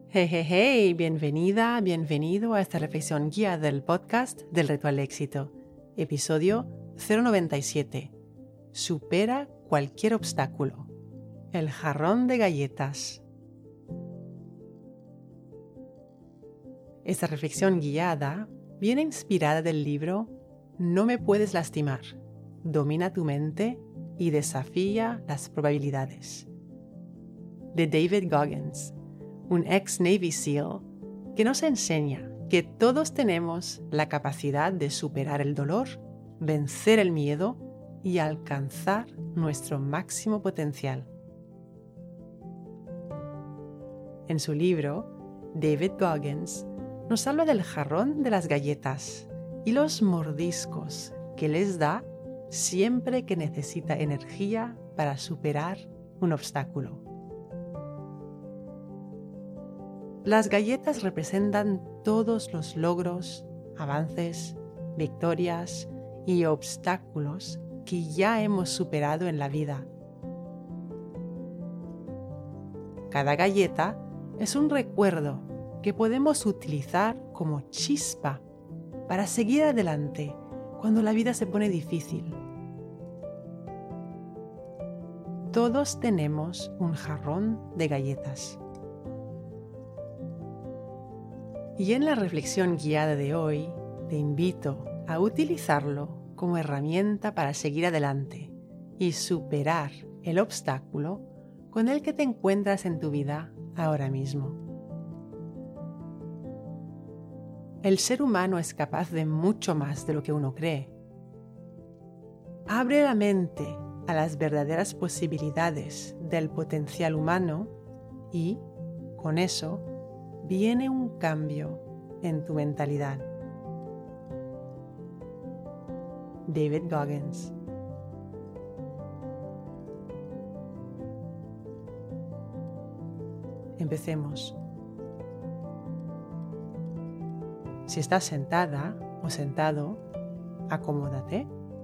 Hey, hey, hey, bienvenida, bienvenido a esta reflexión guía del podcast del Reto al Éxito, episodio 097. Supera cualquier obstáculo. El jarrón de galletas. Esta reflexión guiada viene inspirada del libro No me puedes lastimar. Domina tu mente y desafía las probabilidades, de David Goggins, un ex Navy SEAL que nos enseña que todos tenemos la capacidad de superar el dolor, vencer el miedo y alcanzar nuestro máximo potencial. En su libro, David Goggins nos habla del jarrón de las galletas y los mordiscos que les da siempre que necesita energía para superar un obstáculo. Las galletas representan todos los logros, avances, victorias y obstáculos que ya hemos superado en la vida. Cada galleta es un recuerdo que podemos utilizar como chispa para seguir adelante cuando la vida se pone difícil. Todos tenemos un jarrón de galletas. Y en la reflexión guiada de hoy, te invito a utilizarlo como herramienta para seguir adelante y superar el obstáculo con el que te encuentras en tu vida ahora mismo. El ser humano es capaz de mucho más de lo que uno cree. Abre la mente a las verdaderas posibilidades del potencial humano y, con eso, viene un cambio en tu mentalidad. David Goggins. Empecemos. Si estás sentada o sentado, acomódate.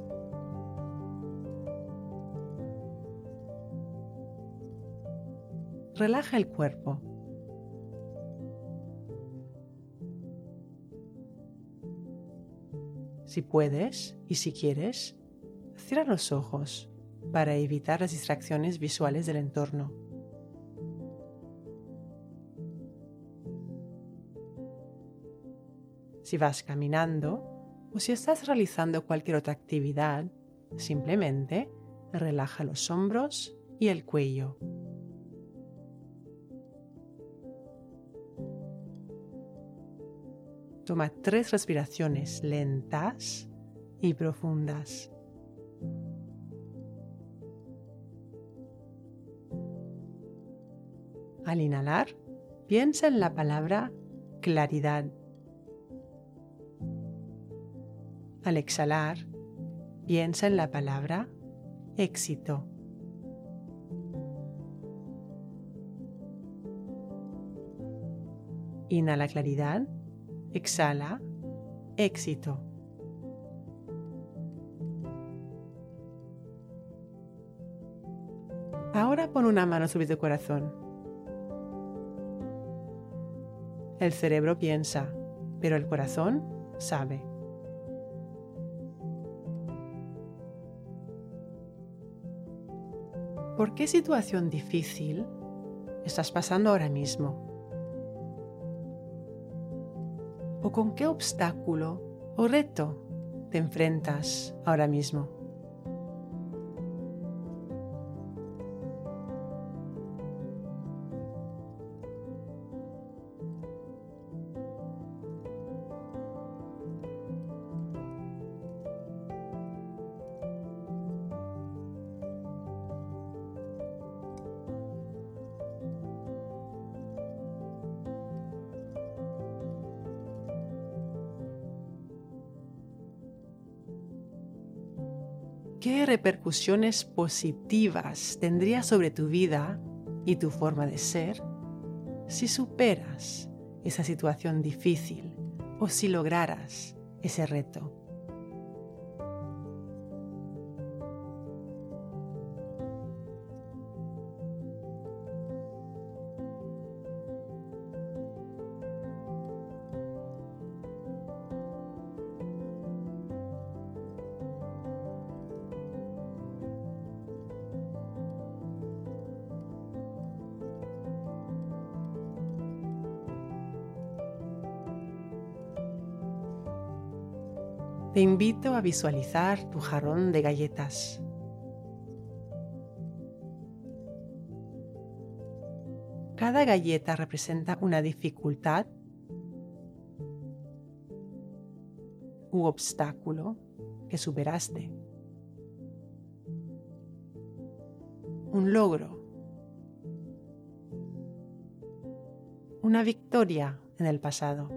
Relaja el cuerpo. Si puedes y si quieres, cierra los ojos para evitar las distracciones visuales del entorno. Si vas caminando o si estás realizando cualquier otra actividad, simplemente relaja los hombros y el cuello. Toma 3 respiraciones lentas y profundas. Al inhalar, piensa en la palabra claridad. Al exhalar, piensa en la palabra éxito. Inhala claridad. Exhala, éxito. Ahora pon una mano sobre tu corazón. El cerebro piensa, pero el corazón sabe. ¿Por qué situación difícil estás pasando ahora mismo? ¿O con qué obstáculo o reto te enfrentas ahora mismo? ¿Qué repercusiones positivas tendría sobre tu vida y tu forma de ser si superas esa situación difícil o si lograras ese reto? Te invito a visualizar tu jarrón de galletas. Cada galleta representa una dificultad u obstáculo que superaste. Un logro. Una victoria en el pasado.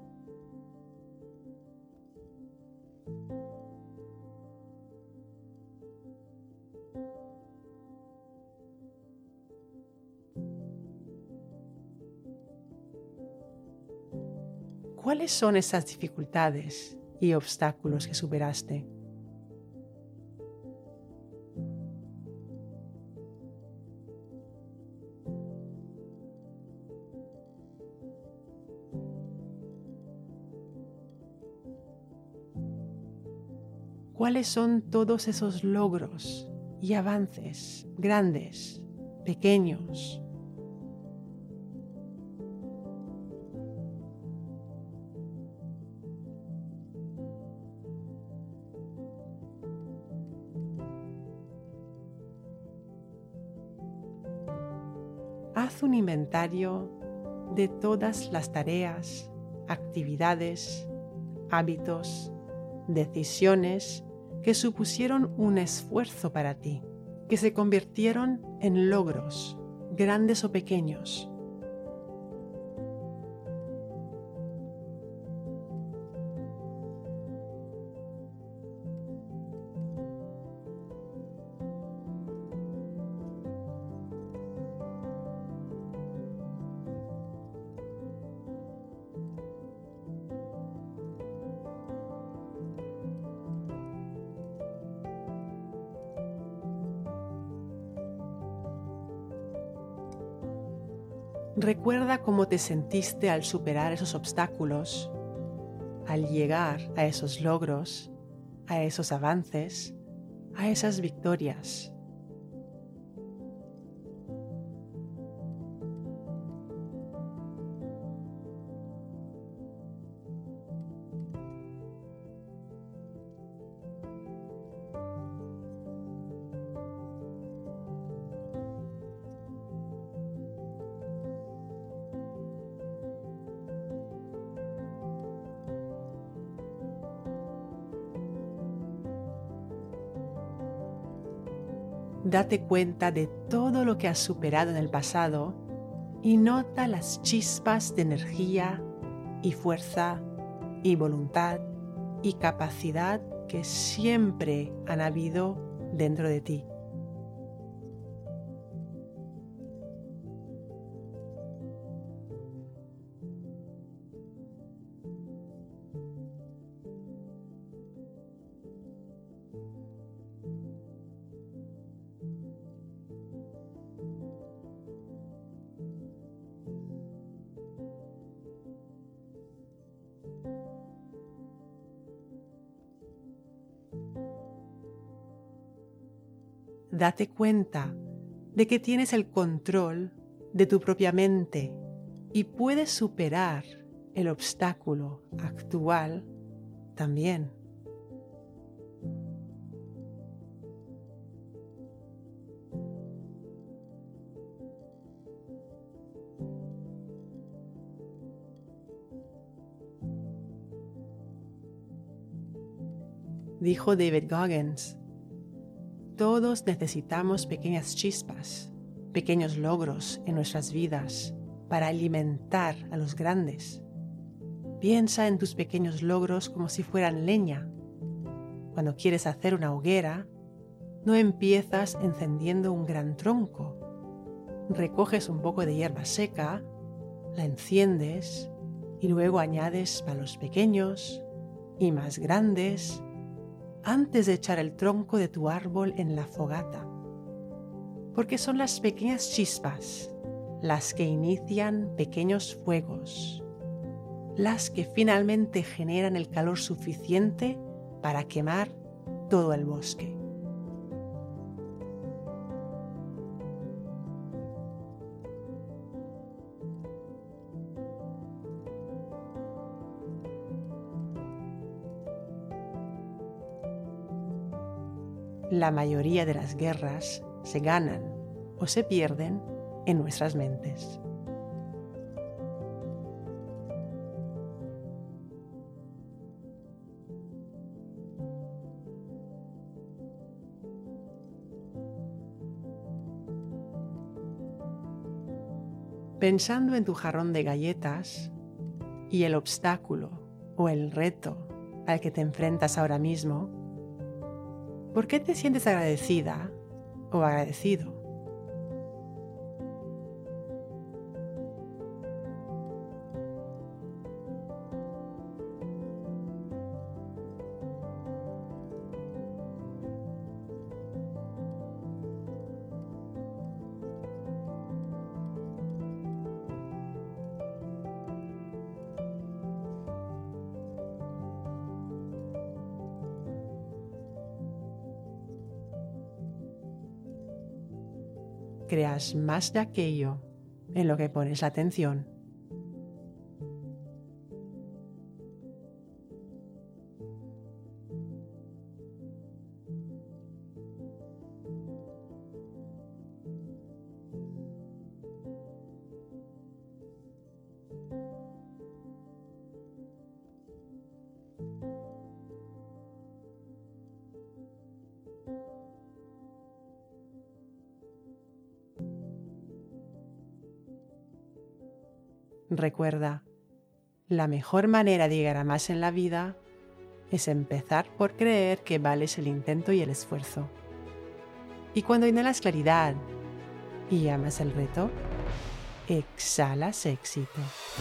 ¿Cuáles son esas dificultades y obstáculos que superaste? ¿Cuáles son todos esos logros y avances, grandes, pequeños? Haz un inventario de todas las tareas, actividades, hábitos, decisiones que supusieron un esfuerzo para ti, que se convirtieron en logros, grandes o pequeños. Recuerda cómo te sentiste al superar esos obstáculos, al llegar a esos logros, a esos avances, a esas victorias. Date cuenta de todo lo que has superado en el pasado y nota las chispas de energía y fuerza y voluntad y capacidad que siempre han habido dentro de ti. Date cuenta de que tienes el control de tu propia mente y puedes superar el obstáculo actual también. Dijo David Goggins: todos necesitamos pequeñas chispas, pequeños logros en nuestras vidas para alimentar a los grandes. Piensa en tus pequeños logros como si fueran leña. Cuando quieres hacer una hoguera, no empiezas encendiendo un gran tronco. Recoges un poco de hierba seca, la enciendes y luego añades palos pequeños y más grandes antes de echar el tronco de tu árbol en la fogata. Porque son las pequeñas chispas las que inician pequeños fuegos, las que finalmente generan el calor suficiente para quemar todo el bosque. La mayoría de las guerras se ganan o se pierden en nuestras mentes. Pensando en tu jarrón de galletas y el obstáculo o el reto al que te enfrentas ahora mismo, ¿por qué te sientes agradecida o agradecido? Creas más de aquello en lo que pones la atención. Recuerda, la mejor manera de llegar a más en la vida es empezar por creer que vales el intento y el esfuerzo. Y cuando inhalas claridad y amas el reto, exhalas éxito.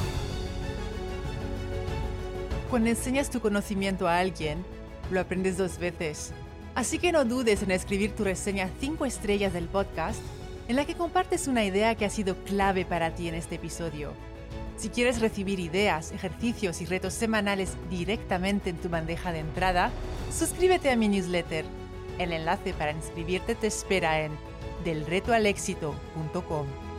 Cuando enseñas tu conocimiento a alguien, lo aprendes 2 veces. Así que no dudes en escribir tu reseña 5 estrellas del podcast en la que compartes una idea que ha sido clave para ti en este episodio. Si quieres recibir ideas, ejercicios y retos semanales directamente en tu bandeja de entrada, suscríbete a mi newsletter. El enlace para inscribirte te espera en delretoalexito.com.